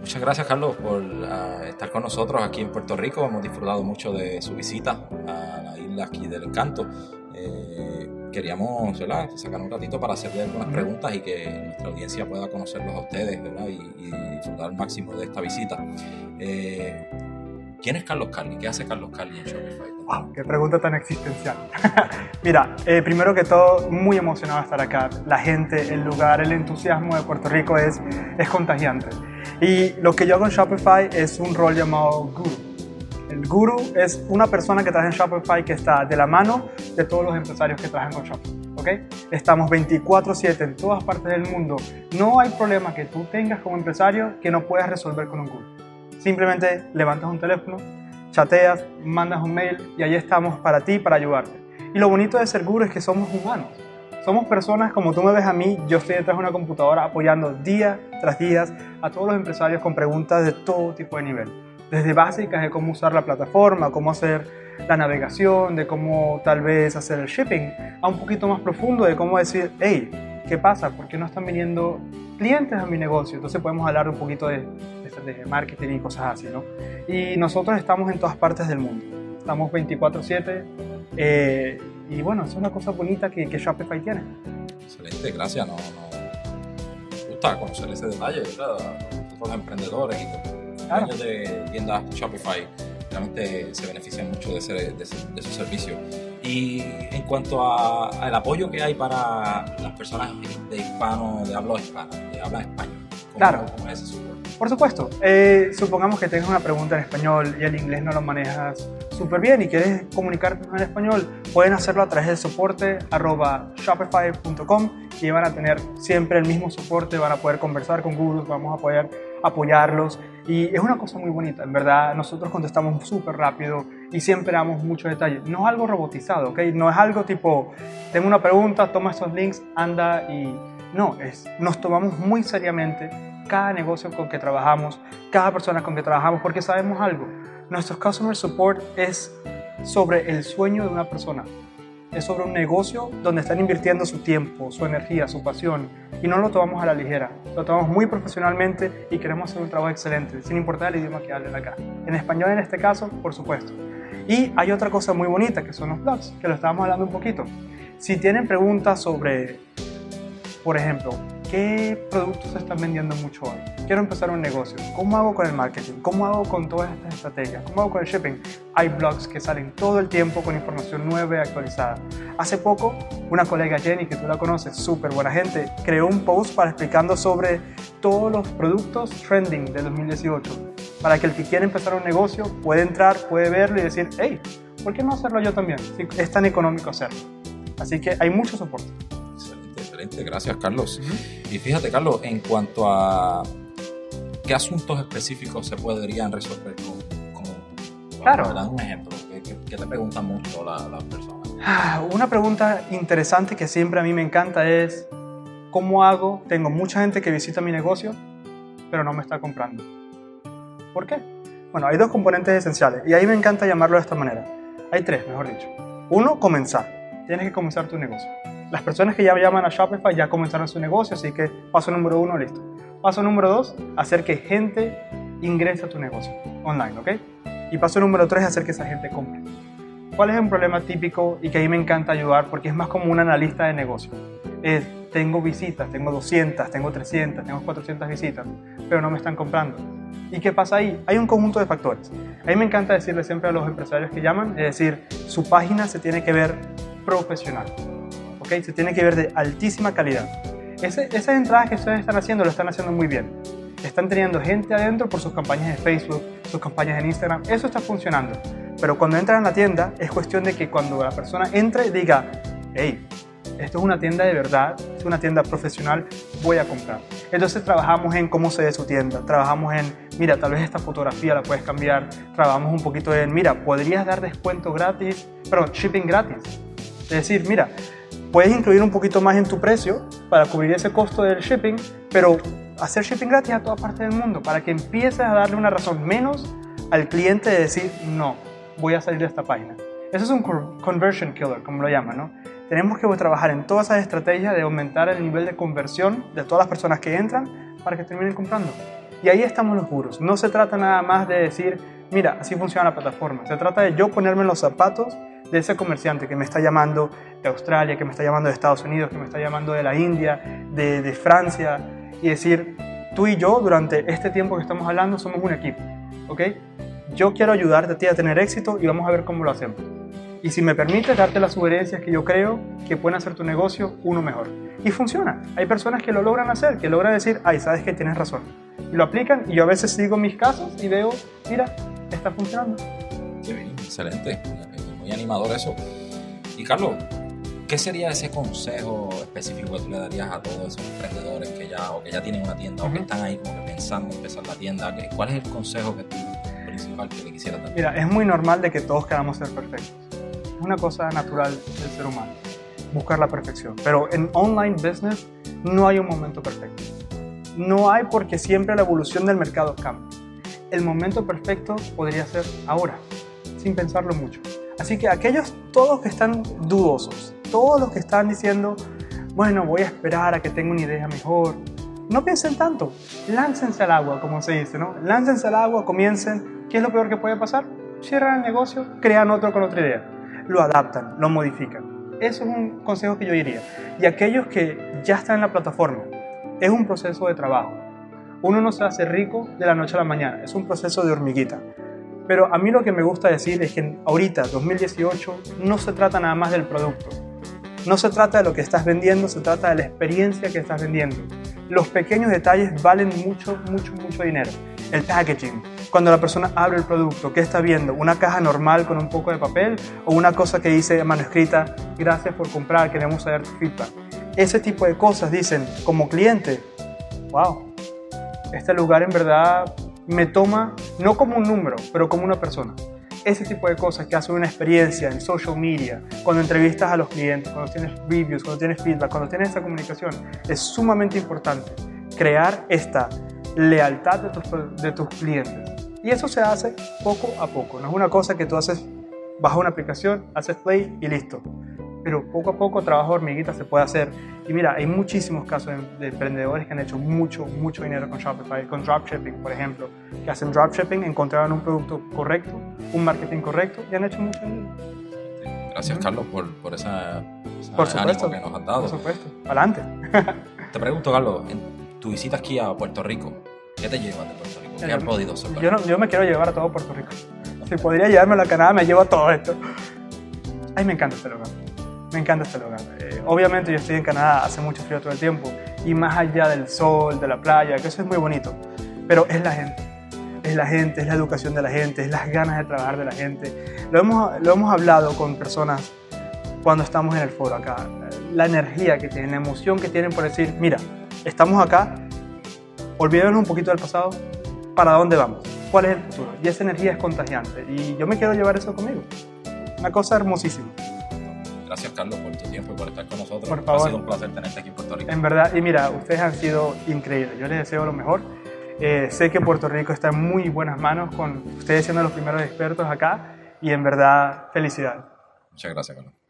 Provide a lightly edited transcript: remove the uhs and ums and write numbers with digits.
Muchas gracias, Carlos, por estar con nosotros aquí en Puerto Rico. Hemos disfrutado mucho de su visita a la isla aquí del Encanto. Queríamos, ¿verdad?, sacar un ratito para hacerle algunas preguntas y que nuestra audiencia pueda conocerlos a ustedes, ¿verdad?, y disfrutar al máximo de esta visita. ¿Quién es Carlos Carli? ¿Qué hace Carlos Carli en Shopify? ¡Wow! ¡Qué pregunta tan existencial! Mira, primero que todo, muy emocionado de estar acá. La gente, el lugar, el entusiasmo de Puerto Rico es contagiante. Y lo que yo hago en Shopify es un rol llamado Guru. El Guru es una persona que trabaja en Shopify que está de la mano de todos los empresarios que trabajan con Shopify. ¿Okay? Estamos 24/7 en todas partes del mundo. No hay problema que tú tengas como empresario que no puedas resolver con un Guru. Simplemente levantas un teléfono, chateas, mandas un mail y ahí estamos para ti, para ayudarte. Y lo bonito de ser Guru es que somos humanos. Somos personas como tú me ves a mí. Yo estoy detrás de una computadora apoyando día tras día a todos los empresarios con preguntas de todo tipo de nivel. Desde básicas de cómo usar la plataforma, cómo hacer la navegación, de cómo tal vez hacer el shipping, a un poquito más profundo de cómo decir, hey, ¿qué pasa? ¿Por qué no están viniendo clientes a mi negocio? Entonces podemos hablar un poquito de estrategia de marketing y cosas así, ¿no? Y nosotros estamos en todas partes del mundo. Estamos 24/7 y bueno, es una cosa bonita que Shopify tiene. Excelente, gracias. Me gusta conocer ese detalle, ¿verdad? Los emprendedores y los dueños de tiendas Shopify realmente se benefician mucho de su servicio. Y en cuanto al apoyo que hay para las personas de habla español, ¿cómo es ese soporte? Por supuesto. Supongamos que tengas una pregunta en español y el inglés no lo manejas súper bien y quieres comunicarte en español, pueden hacerlo a través del soporte @shopify.com y van a tener siempre el mismo soporte, van a poder conversar con gurús, vamos a poder apoyarlos y es una cosa muy bonita, en verdad. Nosotros contestamos súper rápido y siempre damos mucho detalle. No es algo robotizado, ¿ok? No es algo tipo, tengo una pregunta, toma estos links, anda y... No, nos tomamos muy seriamente cada negocio con que trabajamos, cada persona con que trabajamos, porque sabemos algo. Nuestro customer support es sobre el sueño de una persona. Es sobre un negocio donde están invirtiendo su tiempo, su energía, su pasión y no lo tomamos a la ligera. Lo tomamos muy profesionalmente y queremos hacer un trabajo excelente, sin importar el idioma que hablen acá. En español en este caso, por supuesto. Y hay otra cosa muy bonita que son los blogs, que lo estábamos hablando un poquito. Si tienen preguntas sobre, por ejemplo, ¿qué productos se están vendiendo mucho hoy? Quiero empezar un negocio. ¿Cómo hago con el marketing? ¿Cómo hago con todas estas estrategias? ¿Cómo hago con el shipping? Hay blogs que salen todo el tiempo con información nueva y actualizada. Hace poco, una colega Jenny, que tú la conoces, súper buena gente, creó un post explicando sobre todos los productos trending del 2018. Para que el que quiera empezar un negocio puede entrar, puede verlo y decir, hey, ¿por qué no hacerlo yo también? Si es tan económico hacerlo. Así que hay mucho soporte. Excelente, gracias, Carlos. Y fíjate, Carlos, en cuanto a qué asuntos específicos se podrían resolver Claro. ¿Verdad? Un ejemplo, ¿qué te preguntan mucho las personas? Una pregunta interesante que siempre a mí me encanta es, ¿cómo hago? Tengo mucha gente que visita mi negocio, pero no me está comprando. ¿Por qué? Bueno, hay dos componentes esenciales y ahí me encanta llamarlo de esta manera. Hay tres, mejor dicho. Uno, comenzar. Tienes que comenzar tu negocio. Las personas que ya llaman a Shopify ya comenzaron su negocio, así que paso número 1, listo. Paso número 2, hacer que gente ingrese a tu negocio online, ¿ok? Y paso número 3, hacer que esa gente compre. ¿Cuál es un problema típico y que a mí me encanta ayudar? Porque es más como un analista de negocio. Tengo visitas, tengo 200, tengo 300, tengo 400 visitas, pero no me están comprando. ¿Y qué pasa ahí? Hay un conjunto de factores. A mí me encanta decirle siempre a los empresarios que llaman, es decir, su página se tiene que ver profesional. ¿Okay? Se tiene que ver de altísima calidad. Esas entradas que ustedes están haciendo, lo están haciendo muy bien. Están teniendo gente adentro por sus campañas de Facebook, sus campañas en Instagram. Eso está funcionando. Pero cuando entran a la tienda, es cuestión de que cuando la persona entre diga, hey, esto es una tienda de verdad, es una tienda profesional, voy a comprar. Entonces trabajamos en cómo se ve su tienda, trabajamos en, mira, tal vez esta fotografía la puedes cambiar, trabajamos un poquito en, mira, podrías dar descuento gratis, perdón, shipping gratis. Es decir, mira, puedes incluir un poquito más en tu precio para cubrir ese costo del shipping, pero hacer shipping gratis a toda parte del mundo para que empieces a darle una razón menos al cliente de decir, no, voy a salir de esta página. Eso es un conversion killer, como lo llaman, ¿no? Tenemos que trabajar en todas esas estrategias de aumentar el nivel de conversión de todas las personas que entran para que terminen comprando. Y ahí estamos los gurús. No se trata nada más de decir, mira, así funciona la plataforma. Se trata de yo ponerme en los zapatos de ese comerciante que me está llamando de Australia, que me está llamando de Estados Unidos, que me está llamando de la India, de Francia, y decir, tú y yo durante este tiempo que estamos hablando somos un equipo, ¿ok? Yo quiero ayudarte a ti a tener éxito y vamos a ver cómo lo hacemos. Y si me permites darte las sugerencias que yo creo que pueden hacer tu negocio uno mejor. Y funciona. Hay personas que lo logran hacer, que logran decir, ay, sabes que tienes razón. Y lo aplican y yo a veces sigo mis casos y veo, mira, está funcionando. Qué bien, excelente. Muy animador eso. Y Carlos, ¿qué sería ese consejo específico que tú le darías a todos esos emprendedores que ya tienen una tienda o que están ahí como que pensando en empezar la tienda? ¿Cuál es el consejo que tú, principal que le quisieras dar? Mira, es muy normal de que todos queramos ser perfectos. Es una cosa natural del ser humano, buscar la perfección. Pero en online business no hay un momento perfecto. No hay, porque siempre la evolución del mercado cambia. El momento perfecto podría ser ahora, sin pensarlo mucho. Así que todos que están dudosos, todos los que están diciendo, bueno, voy a esperar a que tenga una idea mejor, no piensen tanto, láncense al agua, como se dice, ¿no? Láncense al agua, comiencen. ¿Qué es lo peor que puede pasar? Cierran el negocio, crean otro con otra idea, lo adaptan, lo modifican. Eso es un consejo que yo diría. Y aquellos que ya están en la plataforma, es un proceso de trabajo. Uno no se hace rico de la noche a la mañana, es un proceso de hormiguita. Pero a mí lo que me gusta decir es que ahorita, 2018, no se trata nada más del producto. No se trata de lo que estás vendiendo, se trata de la experiencia que estás vendiendo. Los pequeños detalles valen mucho, mucho, mucho dinero. El packaging, cuando la persona abre el producto, ¿qué está viendo? ¿Una caja normal con un poco de papel o una cosa que dice manuscrita, gracias por comprar, queremos saber tu feedback? Ese tipo de cosas dicen, como cliente, wow, este lugar en verdad me toma no como un número, pero como una persona. Ese tipo de cosas que hacen una experiencia en social media, cuando entrevistas a los clientes, cuando tienes reviews, cuando tienes feedback, cuando tienes esa comunicación, es sumamente importante crear esta lealtad de tus clientes. Y eso se hace poco a poco. No es una cosa que tú haces, bajas una aplicación, haces play y listo. Pero poco a poco, trabajo de hormiguita se puede hacer. Y mira, hay muchísimos casos de emprendedores que han hecho mucho, mucho dinero con Shopify, con dropshipping, por ejemplo, que hacen dropshipping, encontraron un producto correcto, un marketing correcto y han hecho mucho dinero. Gracias, Carlos, por esa por supuesto, ánimo que nos has dado. Por supuesto, adelante. Te pregunto, Carlos, en tu visita aquí a Puerto Rico, ¿qué te llevas de Puerto Rico? ¿Qué has podido observar? Yo me quiero llevar a todo Puerto Rico. Si podría llevarme a Canadá, me llevo a todo esto. Ay, me encanta este lugar. Me encanta este lugar. Obviamente yo estoy en Canadá, hace mucho frío todo el tiempo, y más allá del sol, de la playa, que eso es muy bonito, pero es la gente. Es la gente, es la educación de la gente, es las ganas de trabajar de la gente. Lo hemos hablado con personas cuando estamos en el foro acá. La energía que tienen, la emoción que tienen por decir, mira, estamos acá, olvidémonos un poquito del pasado, ¿para dónde vamos? ¿Cuál es el futuro? Y esa energía es contagiante, y yo me quiero llevar eso conmigo. Una cosa hermosísima. Gracias, Carlos, por tu tiempo y por estar con nosotros. Por favor. Ha sido un placer tenerte aquí en Puerto Rico. En verdad, y mira, ustedes han sido increíbles. Yo les deseo lo mejor. Sé que Puerto Rico está en muy buenas manos con ustedes siendo los primeros expertos acá y en verdad, felicidades. Muchas gracias, Carlos.